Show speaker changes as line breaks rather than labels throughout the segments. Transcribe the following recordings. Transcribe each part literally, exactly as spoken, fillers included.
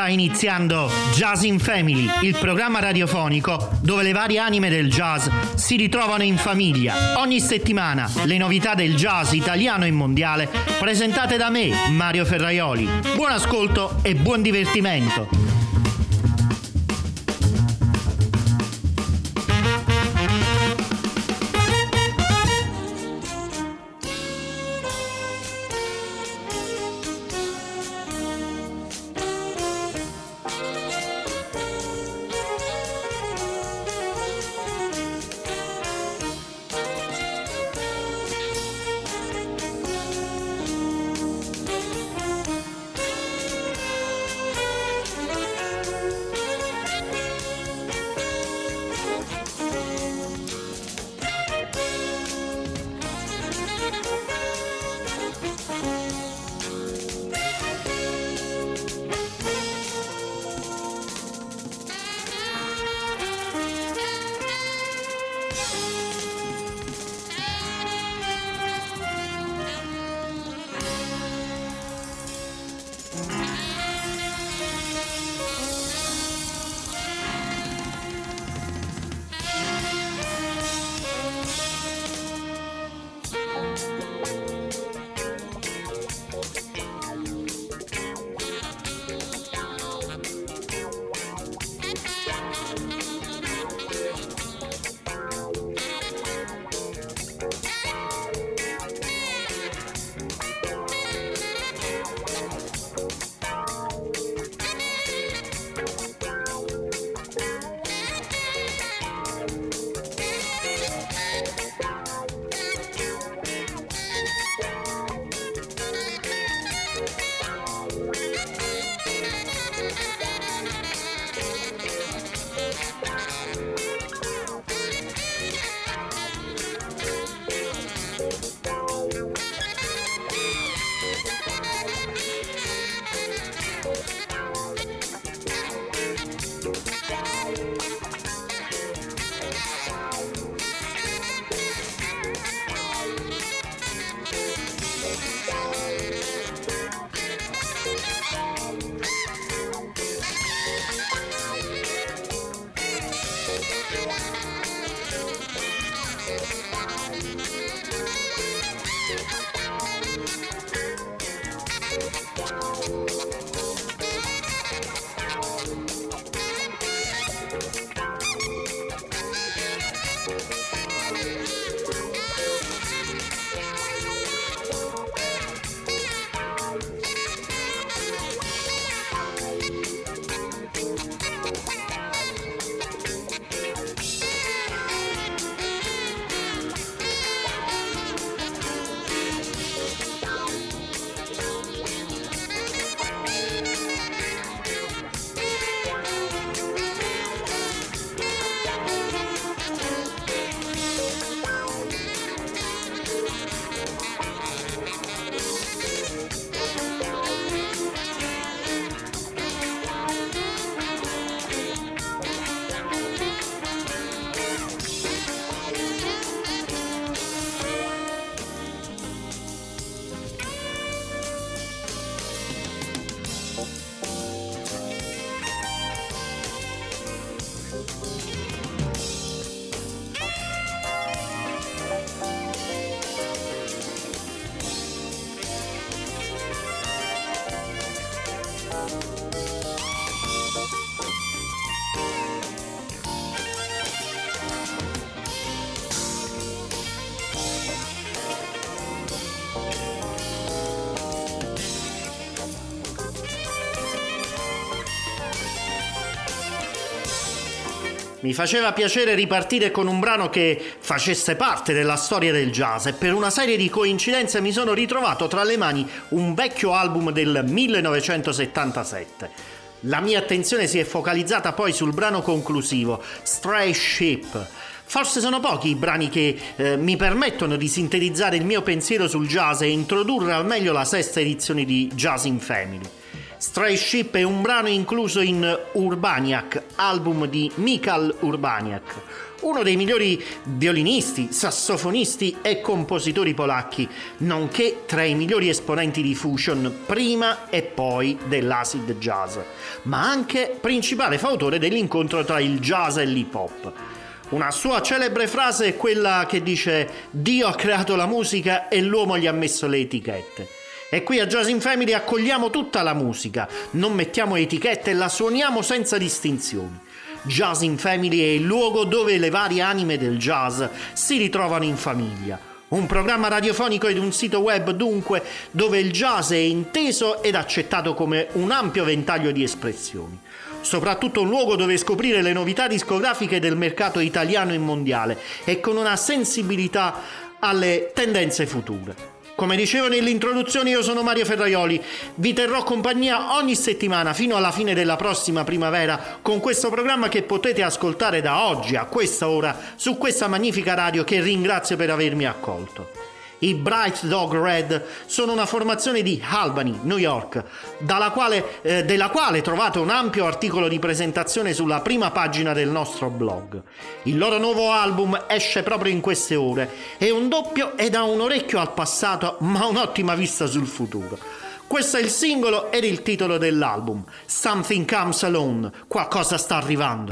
Sta iniziando Jazz in Family, il programma radiofonico dove le varie anime del jazz si ritrovano in famiglia. Ogni settimana le novità del jazz italiano e mondiale presentate da me, Mario Ferraioli. Buon ascolto e buon divertimento. Mi faceva piacere ripartire con un brano che facesse parte della storia del jazz e per una serie di coincidenze mi sono ritrovato tra le mani un vecchio album del millenovecentosettantasette. La mia attenzione si è focalizzata poi sul brano conclusivo, Stray Ship. Forse sono pochi i brani che eh, mi permettono di sintetizzare il mio pensiero sul jazz e introdurre al meglio la sesta edizione di Jazz in Family. Stray Ship è un brano incluso in Urbaniak, album di Michal Urbaniak, uno dei migliori violinisti, sassofonisti e compositori polacchi, nonché tra i migliori esponenti di fusion prima e poi dell'acid jazz, ma anche principale fautore dell'incontro tra il jazz e l'hip hop. Una sua celebre frase è quella che dice: Dio ha creato la musica e l'uomo gli ha messo le etichette. E qui a Jazz in Family accogliamo tutta la musica, non mettiamo etichette e la suoniamo senza distinzioni. Jazz in Family è il luogo dove le varie anime del jazz si ritrovano in famiglia. Un programma radiofonico ed un sito web dunque dove il jazz è inteso ed accettato come un ampio ventaglio di espressioni. Soprattutto un luogo dove scoprire le novità discografiche del mercato italiano e mondiale e con una sensibilità alle tendenze future. Come dicevo nell'introduzione, io sono Mario Ferraioli, vi terrò compagnia ogni settimana fino alla fine della prossima primavera con questo programma che potete ascoltare da oggi a questa ora su questa magnifica radio che ringrazio per avermi accolto. I Bright Dog Red sono una formazione di Albany, New York, dalla quale, eh, della quale trovate un ampio articolo di presentazione sulla prima pagina del nostro blog. Il loro nuovo album esce proprio in queste ore, è un doppio ed ha un orecchio al passato ma un'ottima vista sul futuro. Questo è il singolo ed il titolo dell'album, Something Comes Alone, qualcosa sta arrivando.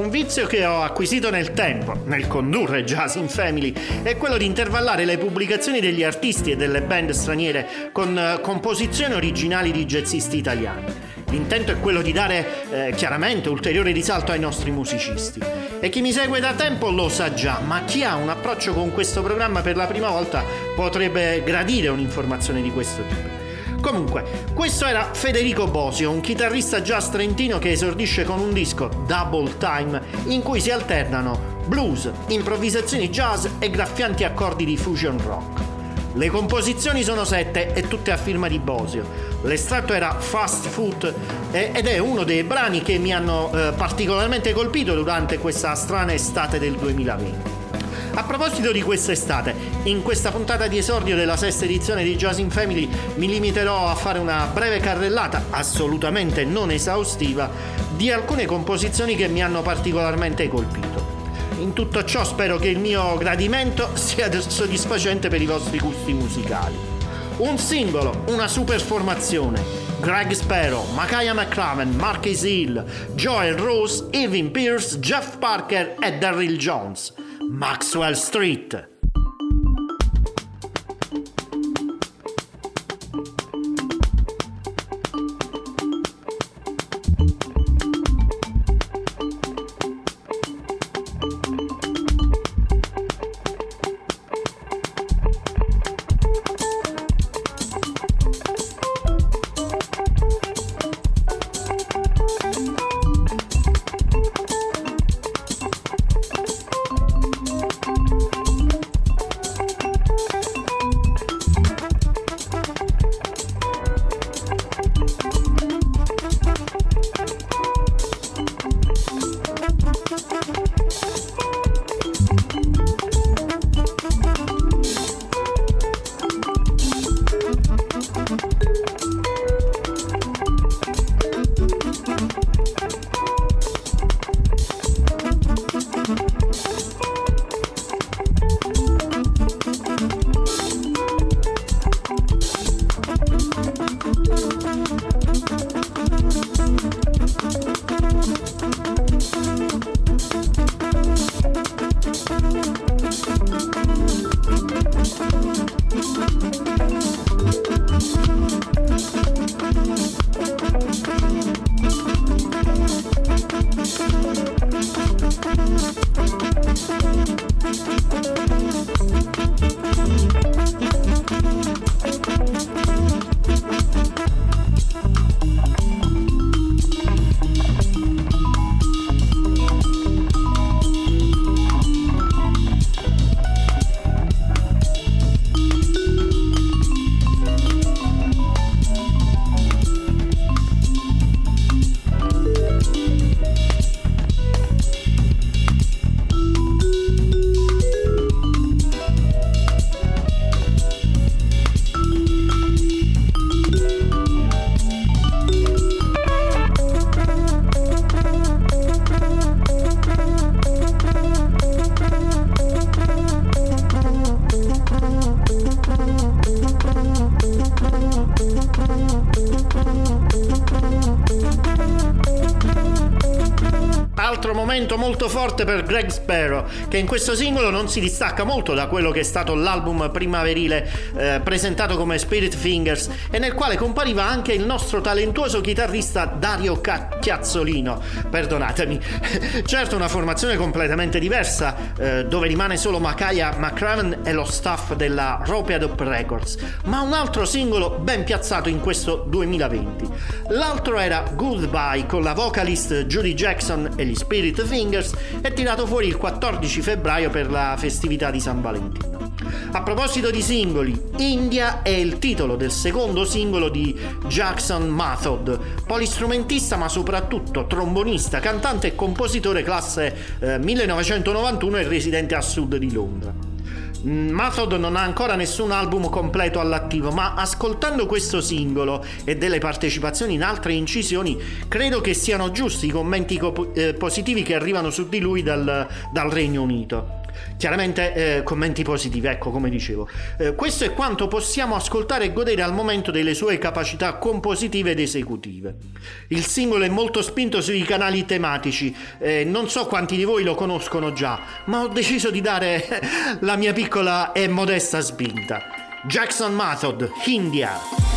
Un vizio che ho acquisito nel tempo, nel condurre Jazz in Family, è quello di intervallare le pubblicazioni degli artisti e delle band straniere con uh, composizioni originali di jazzisti italiani. L'intento è quello di dare eh, chiaramente ulteriore risalto ai nostri musicisti. E chi mi segue da tempo lo sa già, ma chi ha un approccio con questo programma per la prima volta potrebbe gradire un'informazione di questo tipo. Comunque, questo era Federico Bosio, un chitarrista jazz trentino che esordisce con un disco Double Time in cui si alternano blues, improvvisazioni jazz e graffianti accordi di fusion rock. Le composizioni sono sette e tutte a firma di Bosio. L'estratto era Fast Food ed è uno dei brani che mi hanno eh, particolarmente colpito durante questa strana estate del duemilaventi. A proposito di quest'estate, in questa puntata di esordio della sesta edizione di Jazz in Family mi limiterò a fare una breve carrellata, assolutamente non esaustiva, di alcune composizioni che mi hanno particolarmente colpito. In tutto ciò spero che il mio gradimento sia soddisfacente per i vostri gusti musicali. Un singolo, una super formazione: Greg Sparrow, Makaya McCraven, Marquis Hill, Joel Rose, Irving Pierce, Jeff Parker e Darryl Jones. Maxwell Street. Momento molto forte per Greg Sparrow, che in questo singolo non si distacca molto da quello che è stato l'album primaverile eh, presentato come Spirit Fingers, e nel quale compariva anche il nostro talentuoso chitarrista Dario Ca- Chiazzolino. Perdonatemi. Certo, una formazione completamente diversa, eh, dove rimane solo Makaya McCraven e lo staff della Ropeadope Records, ma un altro singolo ben piazzato in questo duemilaventi. L'altro era Goodbye, con la vocalist Judy Jackson e gli Spirit Fingers, è tirato fuori il quattordici febbraio per la festività di San Valentino. A proposito di singoli, India è il titolo del secondo singolo di Jackson Mathod, polistrumentista ma soprattutto trombonista, cantante e compositore classe eh, millenovecentonovantuno e residente a sud di Londra. Mathod non ha ancora nessun album completo all'attivo, ma ascoltando questo singolo e delle partecipazioni in altre incisioni credo che siano giusti i commenti co- eh, positivi che arrivano su di lui dal, dal Regno Unito. Chiaramente eh, commenti positivi, ecco, come dicevo. Eh, questo è quanto possiamo ascoltare e godere al momento delle sue capacità compositive ed esecutive. Il singolo è molto spinto sui canali tematici, eh, non so quanti di voi lo conoscono già, ma ho deciso di dare la mia piccola e modesta spinta. Jackson Method, India.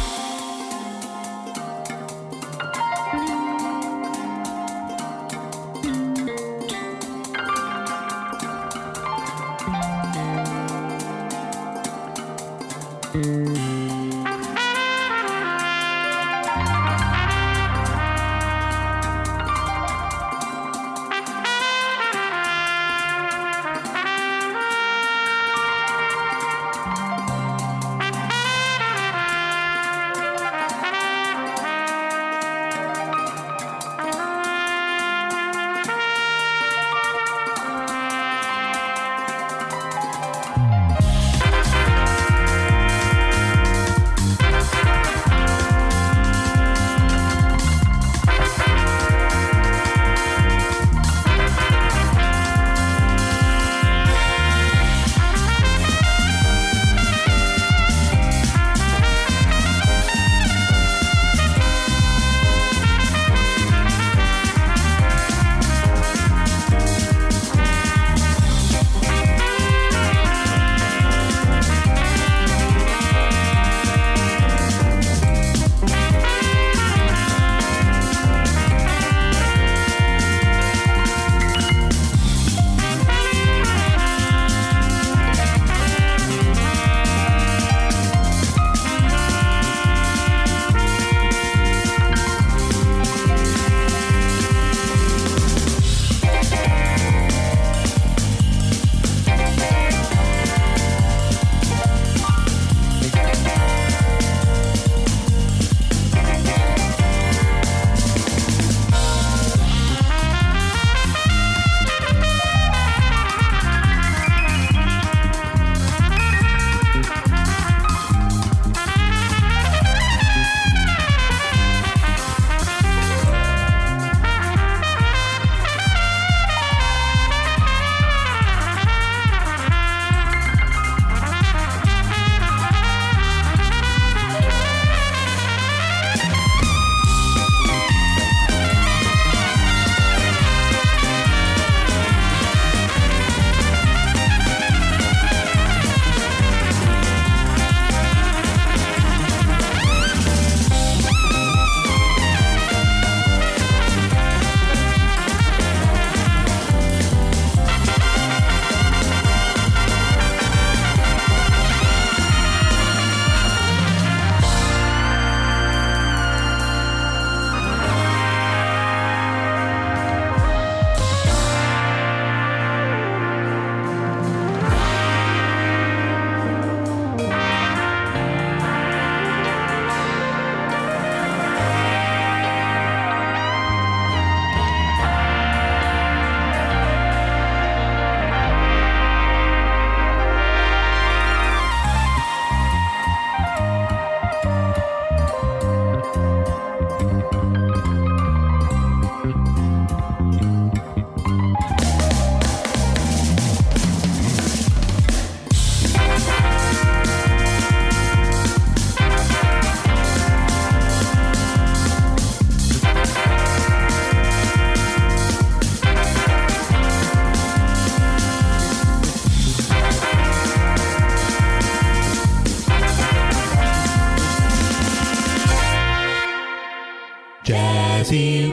Jazzin'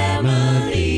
Family.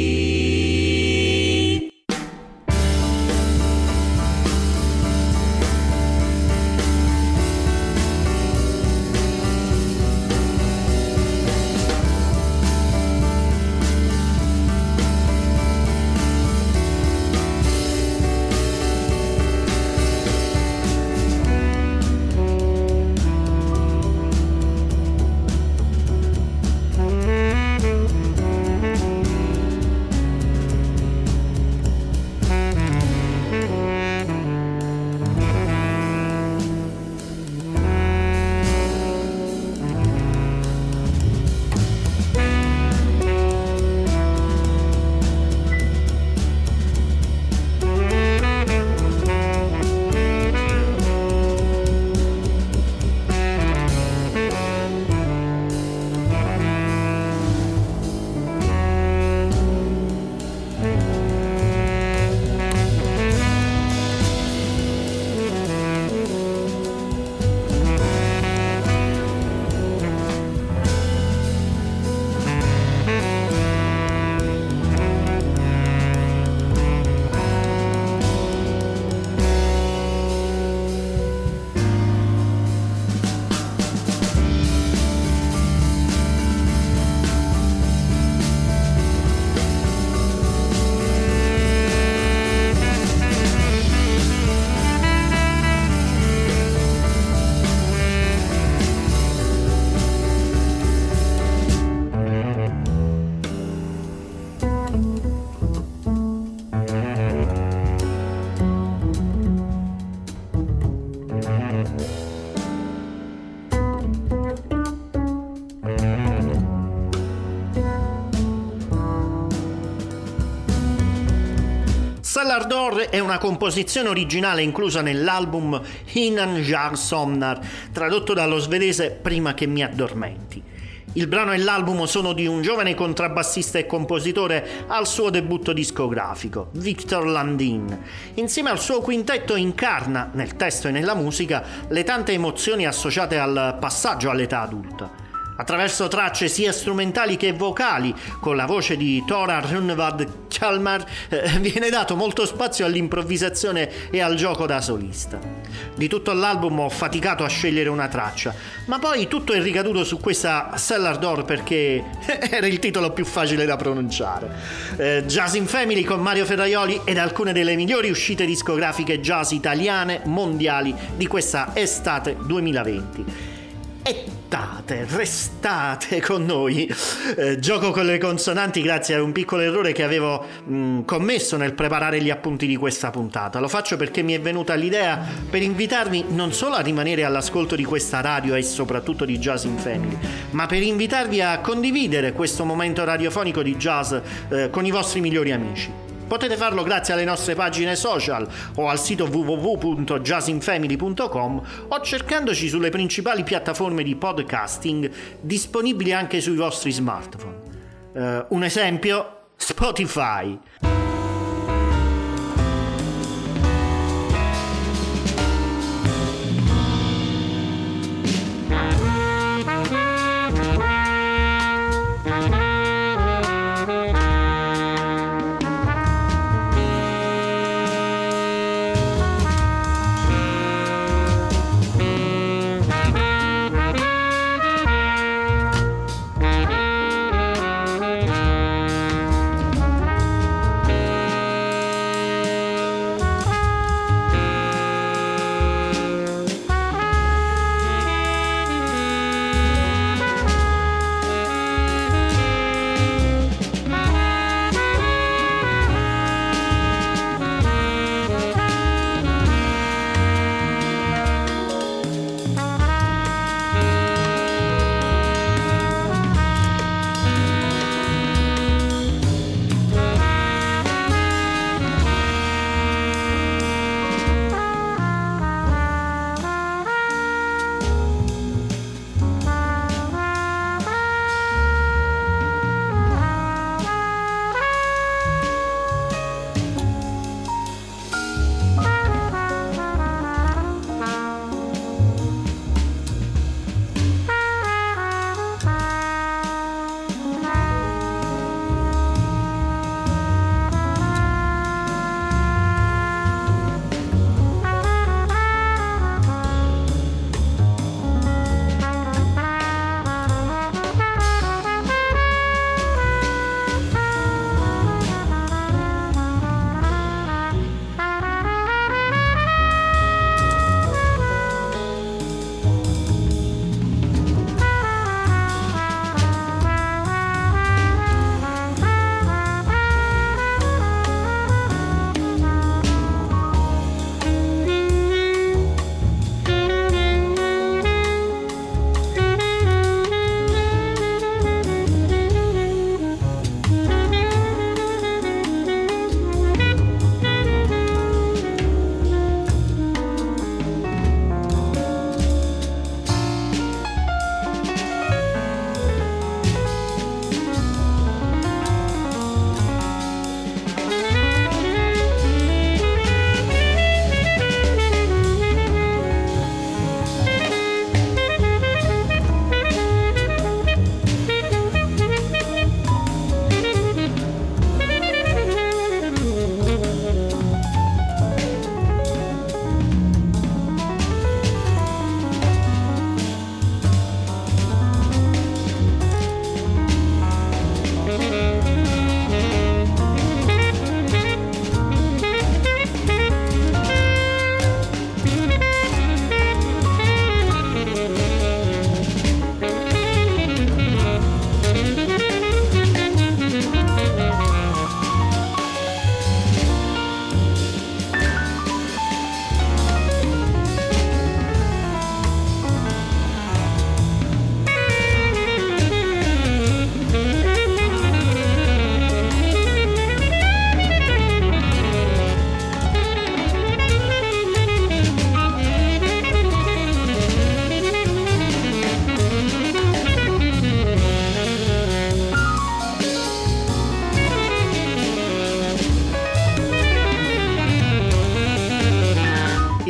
Cellar Door è una composizione originale inclusa nell'album Innan Jag Somnar, tradotto dallo svedese Prima che mi addormenti. Il brano e l'album sono di un giovane contrabbassista e compositore al suo debutto discografico, Victor Landin. Insieme al suo quintetto incarna, nel testo e nella musica, le tante emozioni associate al passaggio all'età adulta. Attraverso tracce sia strumentali che vocali, con la voce di Tora Runvad Kalmar, eh, viene dato molto spazio all'improvvisazione e al gioco da solista. Di tutto l'album ho faticato a scegliere una traccia, ma poi tutto è ricaduto su questa Cellar Door perché era il titolo più facile da pronunciare. Eh, Jazz in Family con Mario Ferraioli ed alcune delle migliori uscite discografiche jazz italiane mondiali di questa estate duemilaventi. E state, restate con noi. Eh, gioco con le consonanti grazie a un piccolo errore che avevo mh, commesso nel preparare gli appunti di questa puntata. Lo faccio perché mi è venuta l'idea per invitarvi non solo a rimanere all'ascolto di questa radio e soprattutto di Jazz in Family, ma per invitarvi a condividere questo momento radiofonico di jazz eh, con i vostri migliori amici. Potete farlo grazie alle nostre pagine social o al sito w w w punto jazzinfamily punto com o cercandoci sulle principali piattaforme di podcasting disponibili anche sui vostri smartphone. Uh, un esempio? Spotify.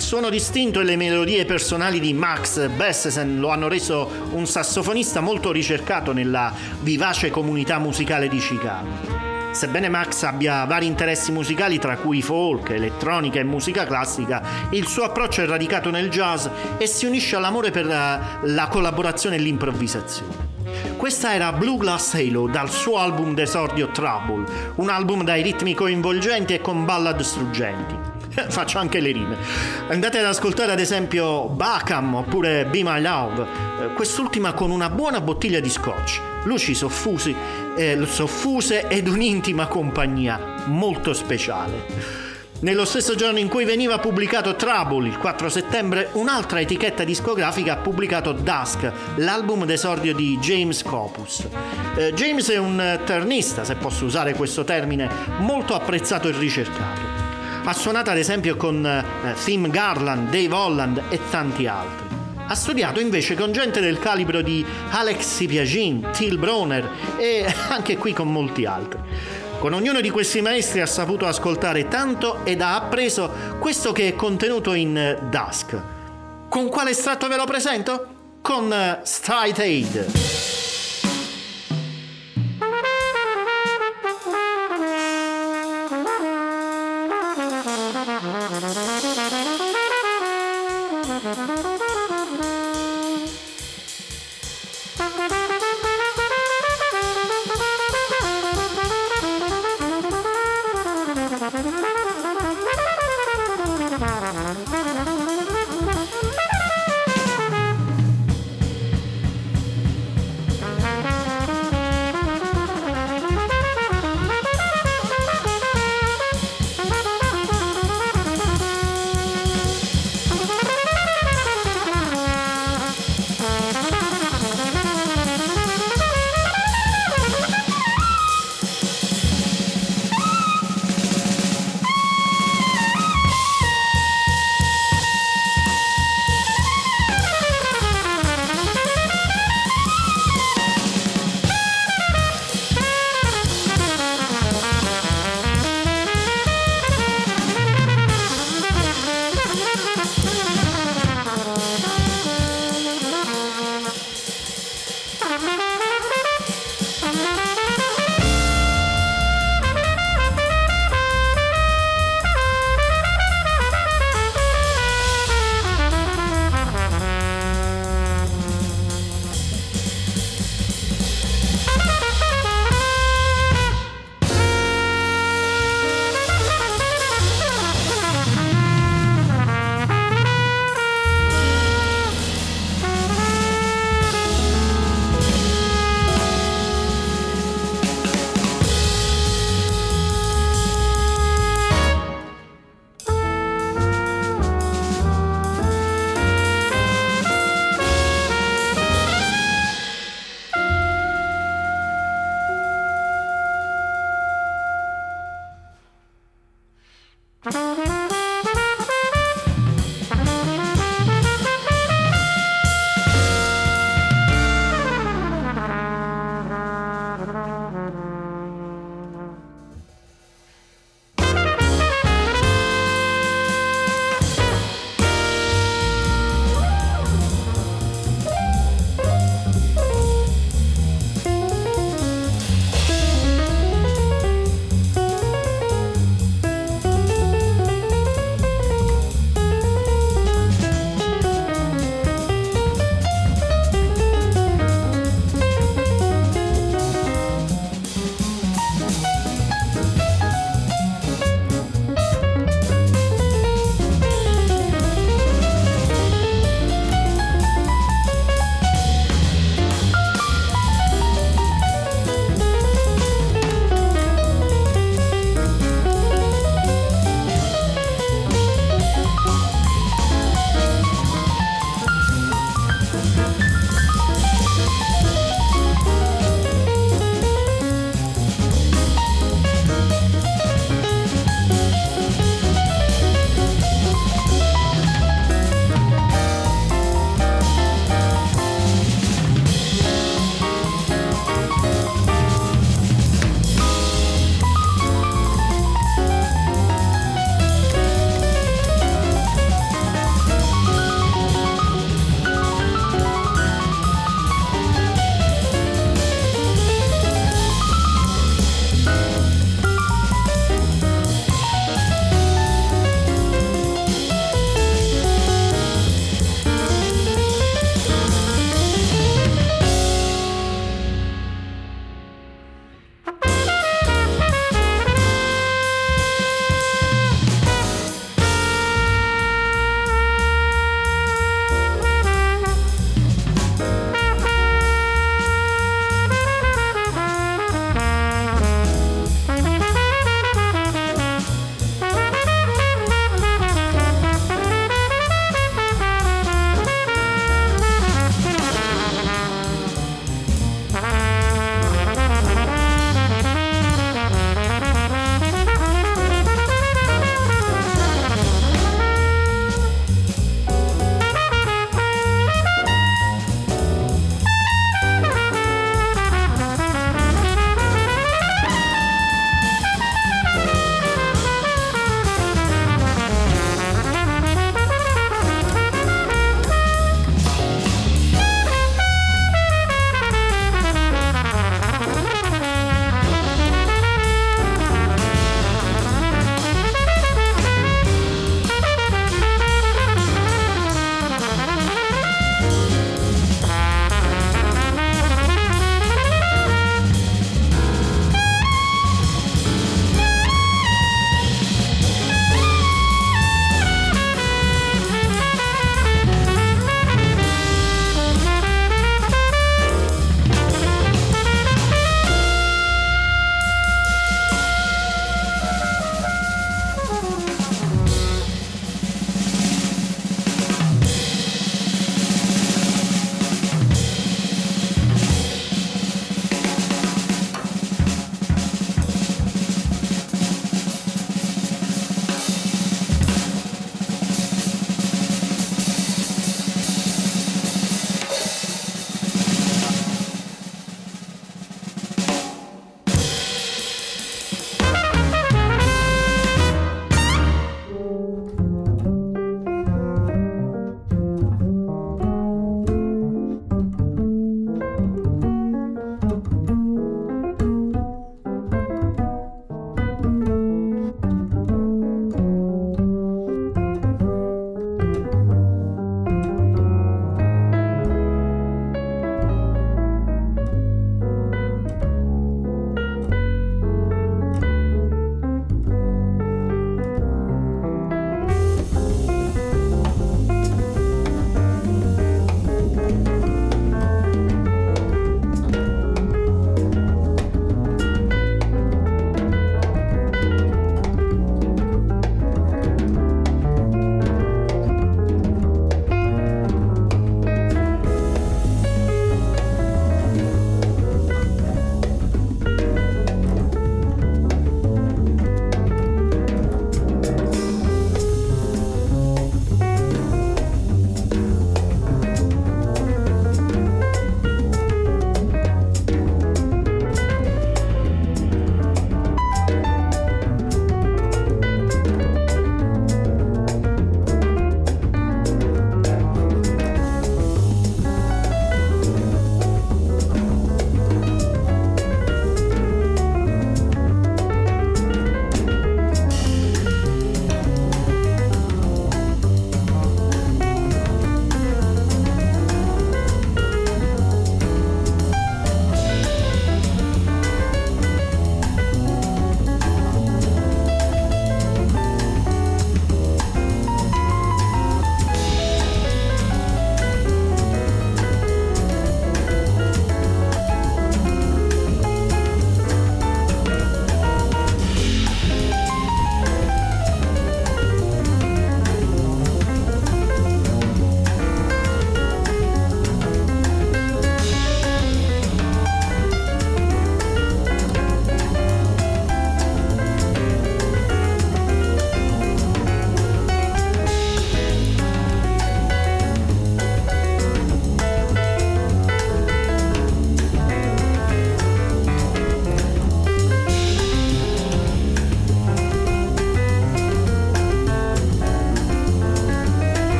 Il suono distinto e le melodie personali di Max Bessesen lo hanno reso un sassofonista molto ricercato nella vivace comunità musicale di Chicago. Sebbene Max abbia vari interessi musicali, tra cui folk, elettronica e musica classica, il suo approccio è radicato nel jazz e si unisce all'amore per la, la collaborazione e l'improvvisazione. Questa era Bluegrass Halo dal suo album d'esordio Trouble, un album dai ritmi coinvolgenti e con ballad struggenti. Faccio anche le rime. Andate ad ascoltare ad esempio Bacam oppure Be My Love, quest'ultima con una buona bottiglia di scotch, luci soffusi, eh, soffuse ed un'intima compagnia molto speciale. Nello stesso giorno in cui veniva pubblicato Trouble, il quattro settembre, un'altra etichetta discografica ha pubblicato Dusk, l'album d'esordio di James Copus. Eh, James è un turnista, se posso usare questo termine, molto apprezzato e ricercato. Ha suonato ad esempio con eh, Tim Garland, Dave Holland e tanti altri. Ha studiato invece con gente del calibro di Alex Sipiagin, Till Brunner e anche qui con molti altri. Con ognuno di questi maestri ha saputo ascoltare tanto ed ha appreso questo che è contenuto in Dusk. Con quale estratto ve lo presento? Con uh, Straight Aid.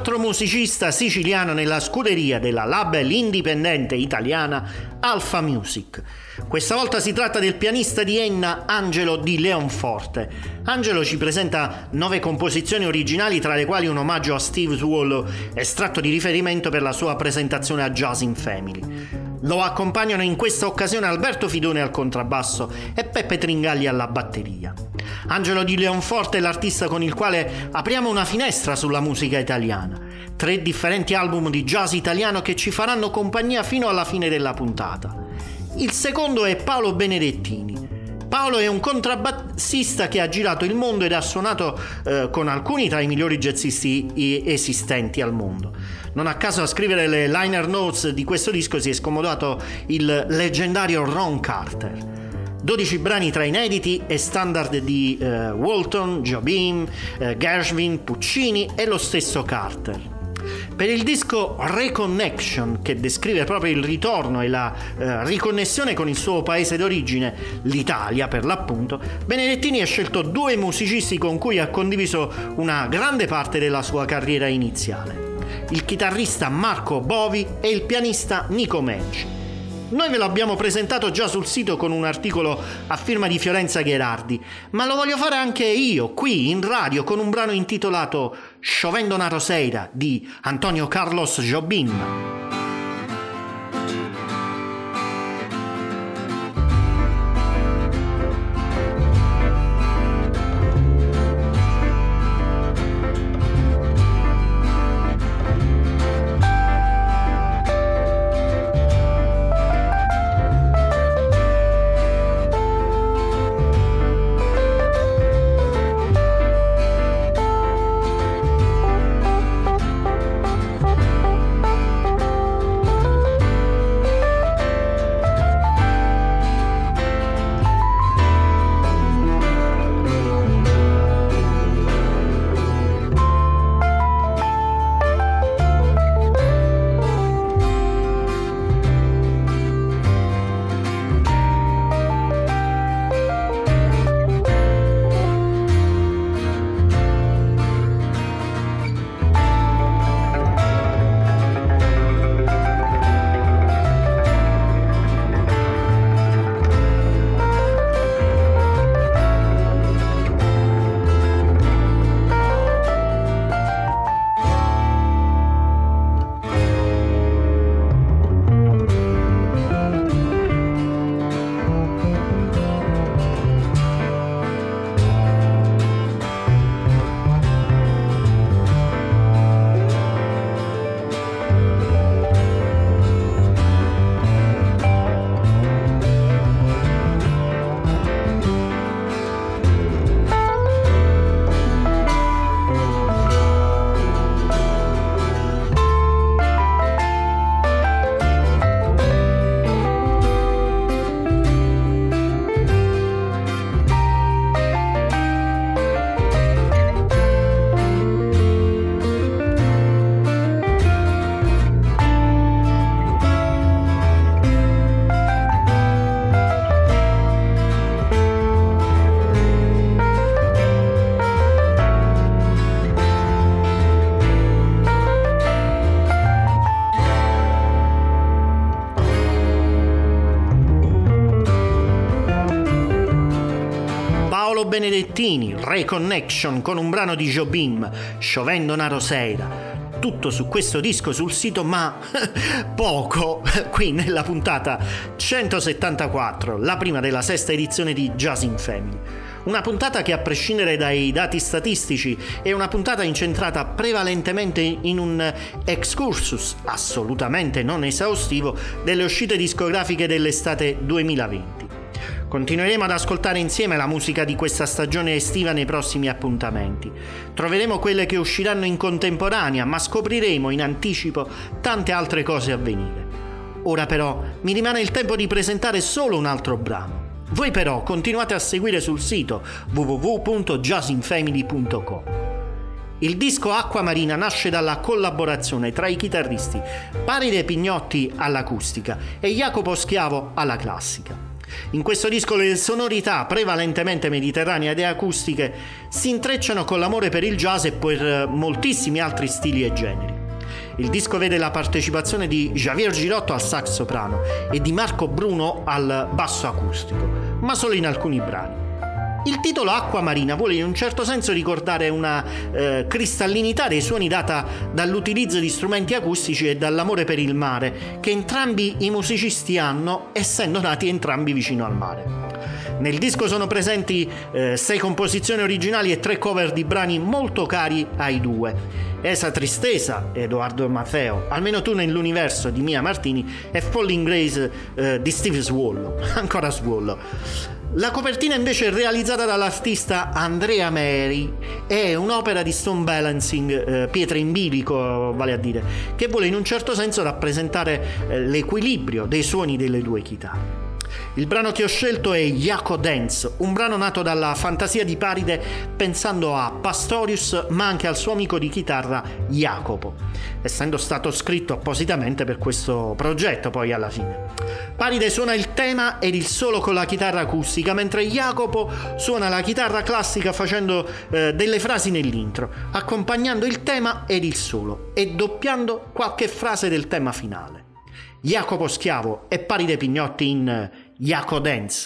altro musicista siciliano nella scuderia della label indipendente italiana Alpha Music. Questa volta si tratta del pianista di Enna Angelo Di Leonforte. Angelo ci presenta nove composizioni originali, tra le quali un omaggio a Steve Swallow, estratto di riferimento per la sua presentazione a Jazz in Family. Lo accompagnano in questa occasione Alberto Fidone al contrabbasso e Peppe Tringalli alla batteria. Angelo Di Leonforte è l'artista con il quale apriamo una finestra sulla musica italiana. Tre differenti album di jazz italiano che ci faranno compagnia fino alla fine della puntata. Il secondo è Paolo Benedettini. Paolo è un contrabbassista che ha girato il mondo ed ha suonato eh, con alcuni tra i migliori jazzisti esistenti al mondo. Non a caso a scrivere le liner notes di questo disco si è scomodato il leggendario Ron Carter. dodici brani tra inediti e standard di eh, Walton, Jobim, eh, Gershwin, Puccini e lo stesso Carter. Per il disco Reconnection, che descrive proprio il ritorno e la eh, riconnessione con il suo paese d'origine, l'Italia per l'appunto, Benedettini ha scelto due musicisti con cui ha condiviso una grande parte della sua carriera iniziale: il chitarrista Marco Bovi e il pianista Nico Meggi. Noi ve lo abbiamo presentato già sul sito con un articolo a firma di Fiorenza Gherardi, ma lo voglio fare anche io, qui in radio, con un brano intitolato Chovendo na Roseira di Antonio Carlos Jobim. Benedettini, Reconnection con un brano di Jobim, Chovendo na Roseira. Tutto su questo disco sul sito, ma poco qui nella puntata centosettantaquattro, la prima della sesta edizione di Jazz in Family. Una puntata che, a prescindere dai dati statistici, è una puntata incentrata prevalentemente in un excursus assolutamente non esaustivo delle uscite discografiche dell'estate duemilaventi. Continueremo ad ascoltare insieme la musica di questa stagione estiva nei prossimi appuntamenti. Troveremo quelle che usciranno in contemporanea, ma scopriremo in anticipo tante altre cose a venire. Ora però mi rimane il tempo di presentare solo un altro brano. Voi però continuate a seguire sul sito w w w punto jazz in family punto com. Il disco Acqua Marina nasce dalla collaborazione tra i chitarristi Paride Pignotti all'acustica e Jacopo Schiavo alla classica. In questo disco le sonorità prevalentemente mediterranee ed acustiche si intrecciano con l'amore per il jazz e per moltissimi altri stili e generi. Il disco vede la partecipazione di Javier Girotto al sax soprano e di Marco Bruno al basso acustico, ma solo in alcuni brani. Il titolo Acqua Marina vuole in un certo senso ricordare una eh, cristallinità dei suoni data dall'utilizzo di strumenti acustici e dall'amore per il mare che entrambi i musicisti hanno, essendo nati entrambi vicino al mare. Nel disco sono presenti eh, sei composizioni originali e tre cover di brani molto cari ai due. Esa Tristesa, Edoardo Maffeo, Almeno tu nell'universo di Mia Martini e Falling Grace eh, di Steve Swallow, ancora Swallow. La copertina invece è realizzata dall'artista Andrea Meri, è un'opera di stone balancing, eh, pietra in bilico vale a dire, che vuole in un certo senso rappresentare eh, l'equilibrio dei suoni delle due chitarre. Il brano che ho scelto è Jaco Dance, un brano nato dalla fantasia di Paride pensando a Pastorius ma anche al suo amico di chitarra Jacopo, essendo stato scritto appositamente per questo progetto poi alla fine. Paride suona il tema ed il solo con la chitarra acustica, mentre Jacopo suona la chitarra classica facendo eh, delle frasi nell'intro, accompagnando il tema ed il solo e doppiando qualche frase del tema finale. Jacopo Schiavo e Paride Pignotti in Jaco Dance.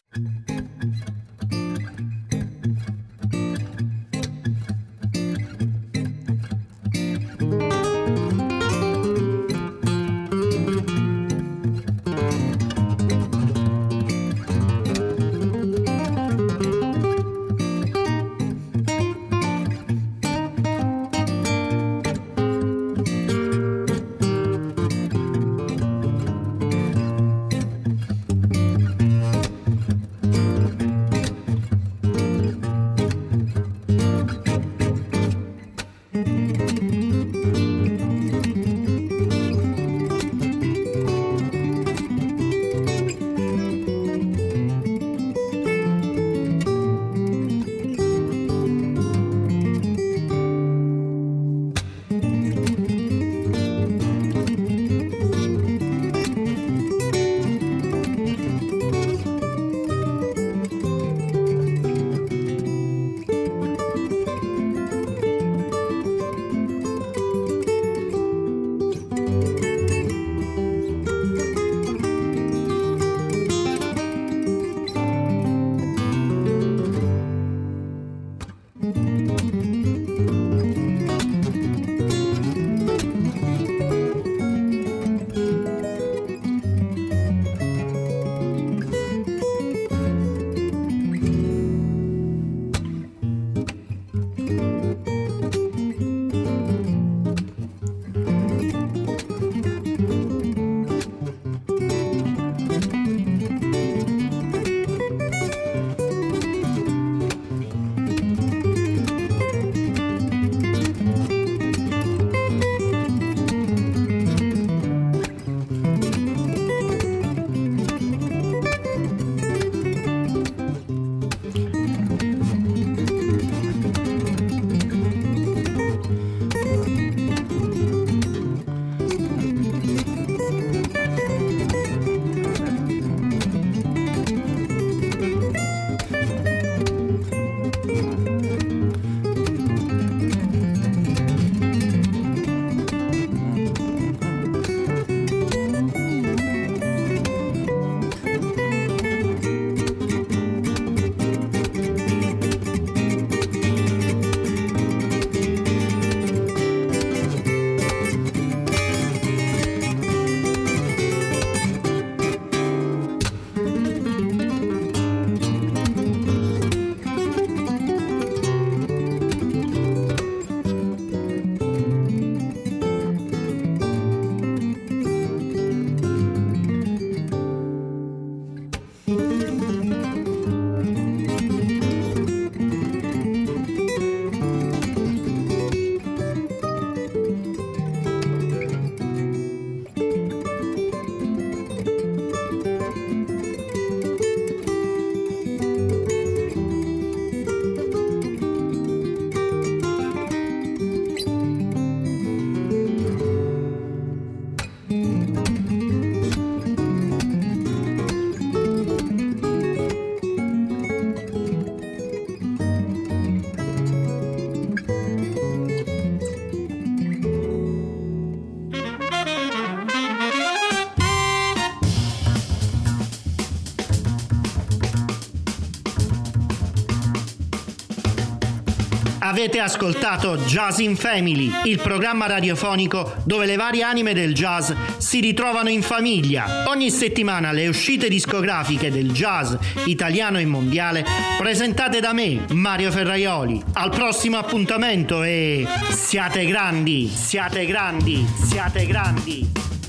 Avete ascoltato Jazz in Family, il programma radiofonico dove le varie anime del jazz si ritrovano in famiglia. Ogni settimana le uscite discografiche del jazz italiano e mondiale presentate da me, Mario Ferraioli. Al prossimo appuntamento e siate grandi, siate grandi, siate grandi.